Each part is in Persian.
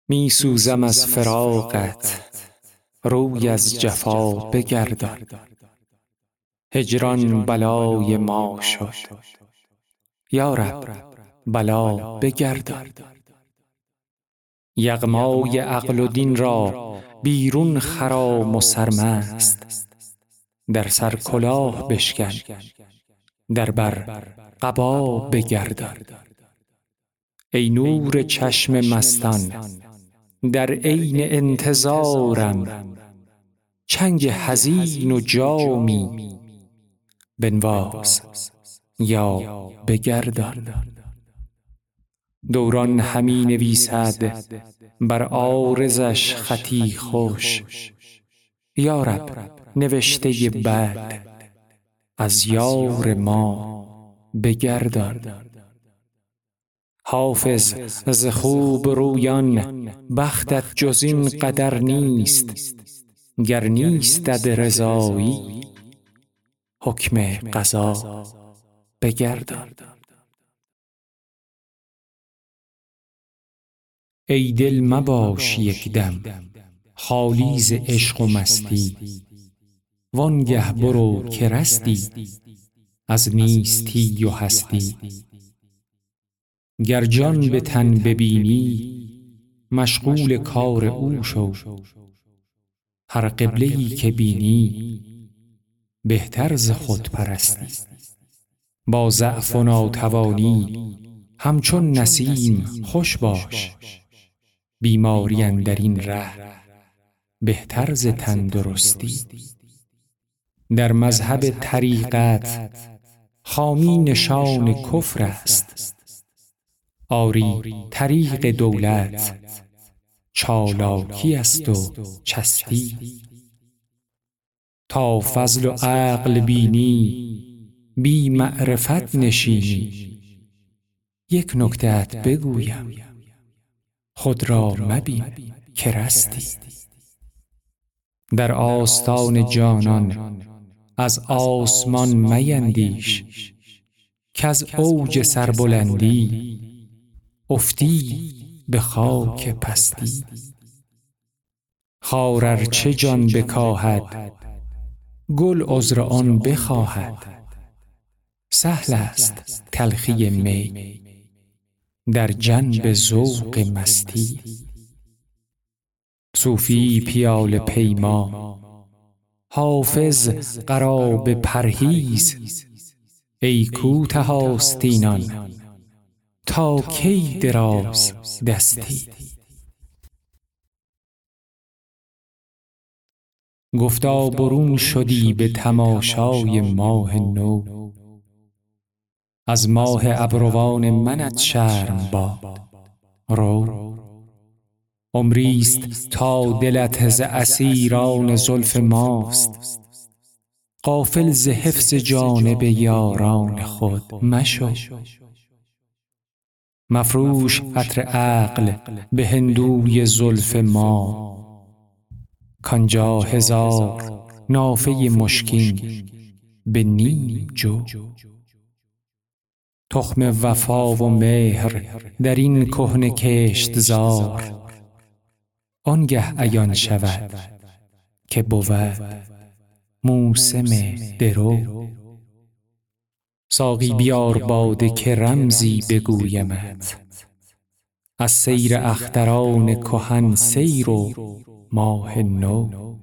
می سوزم از فراقت، روی از جفا بگردان. هجران بلای ما شد، یا رب بلا بگردان. یغمای عقل و دین را بیرون خرام و سرمست، در سر کلاه بشکن، در بر قبا بگردان. ای نور چشم مستان، در عین انتظارم، چنگ حزین و جامی بنواز یا بگردان. دوران همی نویسد بر عارضش خطی خوش، یا رب نوشته بد از یار ما بگردان. حافظ ز خوب رویان بختت جز این قدر نیست، گر نیستت رضایی حکم قضا بگردان. ای دل مباش یک دم خالی ز عشق و مستی، وانگه برو که رستی از نیستی و هستی. گر جان به تن ببینی مشغول کار او شو، هر قبله‌ای که بینی بهتر ز خود پرستی. با ضعف و ناتوانی همچون نسیم خوش باش، بیماری اندر این ره بهتر ز تندرستی. در مذهب طریقت خامی نشان کفر است، آری طریق دولت چالاکی است و چستی. تا فضل و عقل بینی بی معرفت نشینی، یک نکته ات بگویم خود را مبین که رستی. در آستان جانان از آسمان میندیش، کز اوج سربلندی افتی به خاک پستی. خار ار چه جان بکاهد گل عذر آن بخواهد، سهل است تلخی می در جنب ذوق مستی. صوفی پیاله پیما، حافظ قرابه پرهیز، ای کوته آستینان تا کی دراز دستی. گفتا برون شدی به تماشای ماه نو، از ماه ابروان منت شرم باد رو. عمریست تا دلت ز اسیران زلف ماست، غافل ز حفظ جانب یاران خود مشو. مفروش عطر عقل به هندوی زلف ما، کانجا هزار نافه مشکین به نیم جو. تخم وفا و مهر در این کهنه کشتزار، آنگه عیان شود که بود موسم درو. ساقی بیار باده که رمزی بگویمت، از سیر اختران کهن سیر و ماه نو.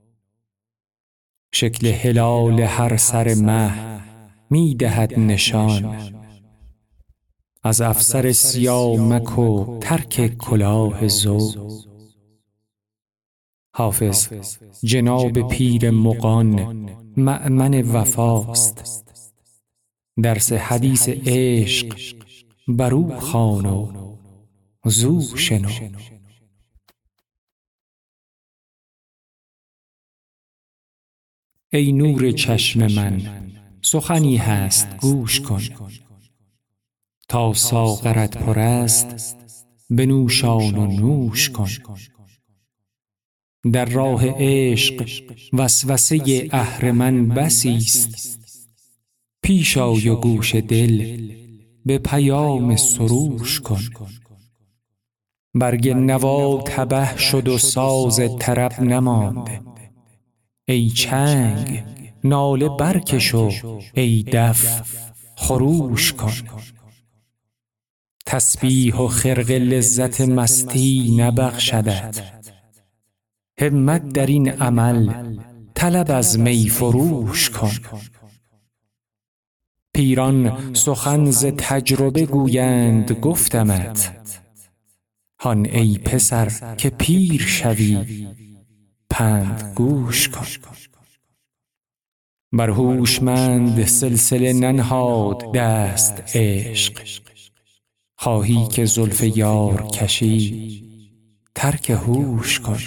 شکل هلال هر سر مه می دهد نشان، از افسر سیامک و ترک کلاه زو. حافظ جناب پیر مغان مأمن وفاست، درس حدیث عشق برو خوان و زو شنو. ای نور چشم من سخنی هست گوش کن، تا ساغرت پر است بنوشان و نوش کن. در راه عشق وسوسه اهرمن بسی است، پیش آی و گوش دل به پیام سروش کن. برگ نوا تبه شد و ساز طرب نماند. ای چنگ ناله برکش و ای دف خروش کن. تسبیح و خرقه لذت مستی نبخشدت. همت در این عمل طلب از می فروش کن. پیران سخن ز تجربه گویند گفتمت. هان ای پسر که پیر شوی پند گوش کن. بر هوشمند سلسله ننهاد دست عشق. خواهی که زلف یار کشی ترک هوش کن.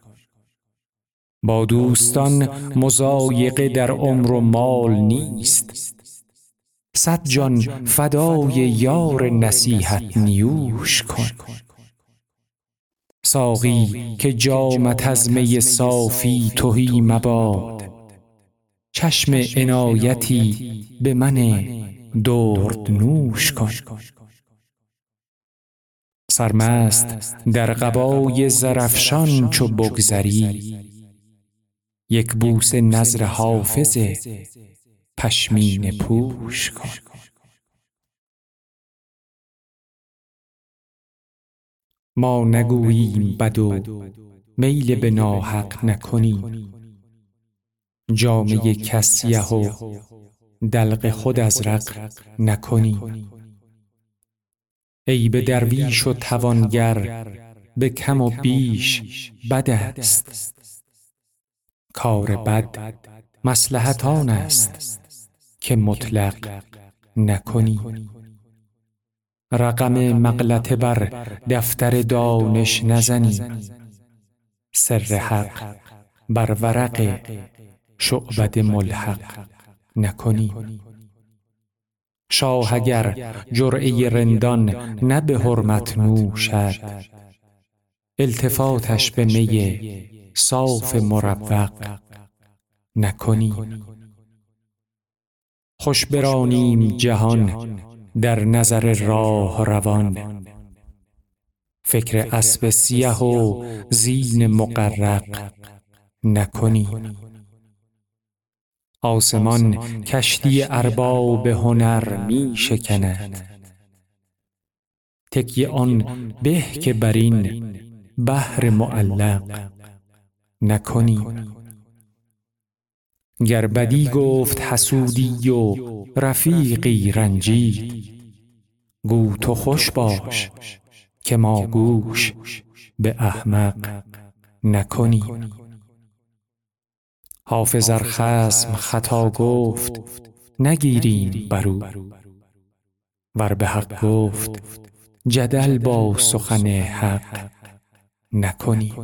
با دوستان مضایقه در عمر و مال نیست. 100 جان فدای یار نصیحت نیوش کن. ساقی که جامت از می صافی تهی مباد. چشم عنایتی به من درد نوش کن. سرمست در قبای زرافشان چو بگذری. یک بوسه نذر حافظ پشمینه پوش کن. ما نگوییم بد و میل به ناحق نکنیم. جامه کس سیه و دلق خود ازرق نکنیم. عیب درویش و توانگر به کم و بیش بد است. کار بد مصلحت آن است که مطلق نکنی. رقم مغلطه بر دفتر دانش نزنی. سر حق بر ورق شعبده ملحق نکنی. شاه اگر جرعه رندان نه به حرمت نوشد. التفاتش به می صاف مروق نکنی. خوش برانیم جهان در نظر راه روان. فکر اسب سیه و زین مغرق نکنی. آسمان کشتی ارباب هنر می شکند. تکیه آن به که بر این بحر معلق نکنی. گر بدی گفت حسودی و رفیقی رنجید. گو تو خوش باش که ما گوش به احمق نکنی. حافظ ار خصم خطا گفت نگیریم برو. ور به حق گفت جدل با سخن حق نکنی.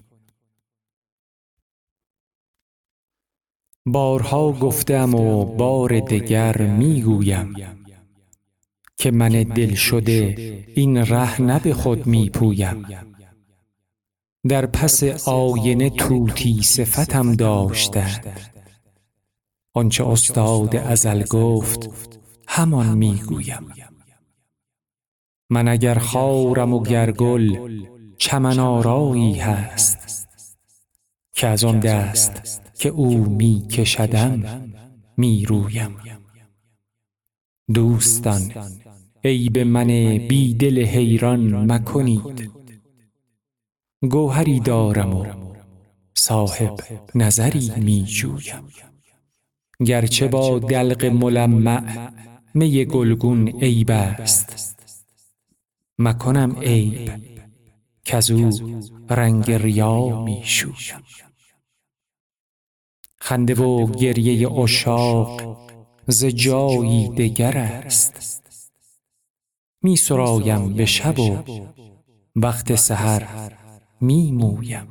بارها گفتم و بار دگر می گویم که من دل شده این ره نه به خود می پویم. در پس آینه طوطی صفتم داشتند. آنچه استاد ازل گفت همان می گویم. من اگر خارم و گر گل چمن آرایی هست. که از آن دست که او می کشدم می رویم. دوستان عیب من بی دل حیران مکنید. گوهری دارم و صاحب نظری می جویم. گرچه با دلق ملمع می گلگون عیب است. مکنم عیب کزو رنگ ریا می شویم. خنده و گریه عشاق ز جایی دگر است. می سرایم به شب و وقت سحر می مویم.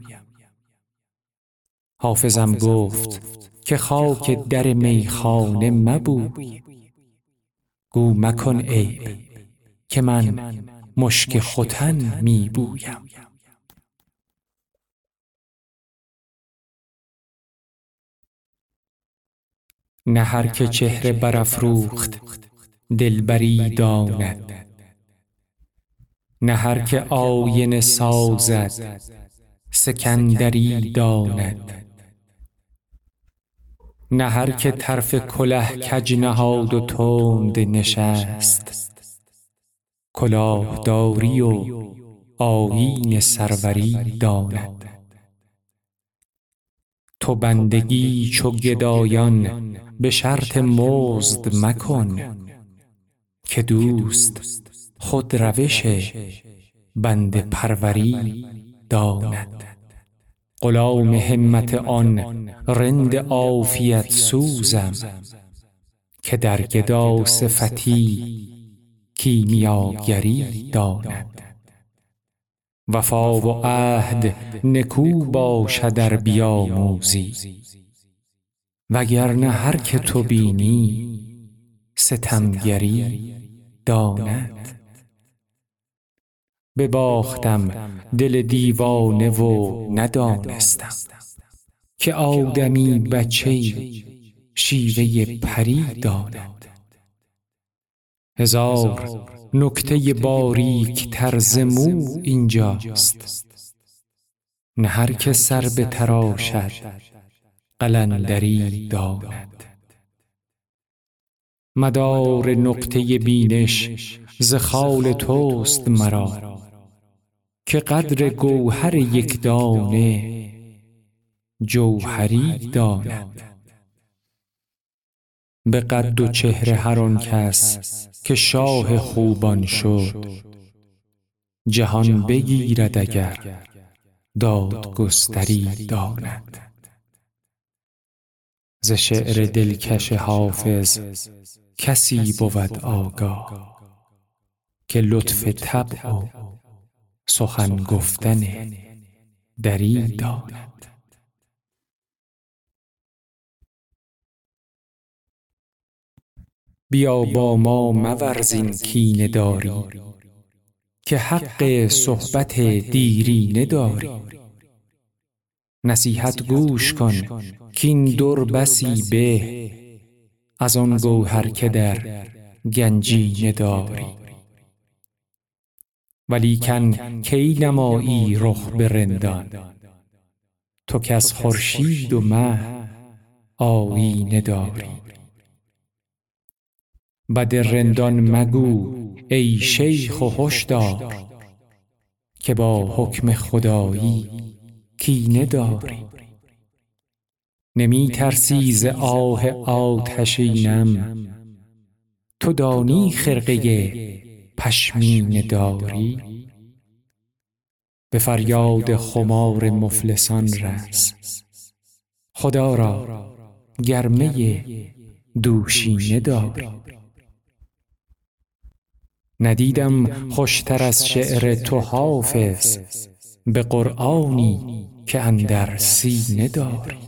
حافظم گفت که خاک در میخانه مبوی. گو مکن عیب که من مشک ختن می بویم. نه هر که چهره برافروخت دلبری داند. نه هر که آینه سازد سکندری داند. نه هر که طرف کله کج نهاد و تند نشست، کلاهداری و آیین سروری داند. تو بندگی چو گدایان به شرط مزد مکن، که دوست خود روش بنده پروری داند. غلام همت آن رند عافیت سوزم، که در گدا صفتی کیمیاگری داند. وفا و عهد نکو باشد ار بیاموزی، وگرنه هر که تو بینی ستمگری داند. بباختم دل دیوانه و ندانستم، که آدمی بچه‌ای شیوه پری داند. هزار نکته باریک تر ز مو اینجاست، نه هر که سر بتراشد قلندری داند. مدار نقطه بینش ز خال توست مرا، که قدر گوهر یک دانه جوهری داند. به قد و چهره هر آن کس که شاه خوبان شد، جهان بگیرد اگر دادگستری داند. ز شعر دلکش حافظ کسی بود آگاه، که لطف طبع و سخن گفتن دری داند. بیا با ما مورز این کینه داری، که حق صحبت دیرینه داری. نصیحت گوش کن کاین در بسی به، از آن گوهر که در گنجینه داری. ولیکن کی نمایی رخ به رندان، تو کز خورشید و مه آیینه داری. بد رندان مگو ای شیخ و هشدار، که با حکم خدایی کینه داری. نمی ترسی ز آه آتشینم، تو دانی خرقه پشمینه داری. به فریاد خمار مفلسان رس، خدا را گرمه دوشینه داری. ندیدم خوشتر از شعر تو حافظ، به قرآنی که اندر سینه داری.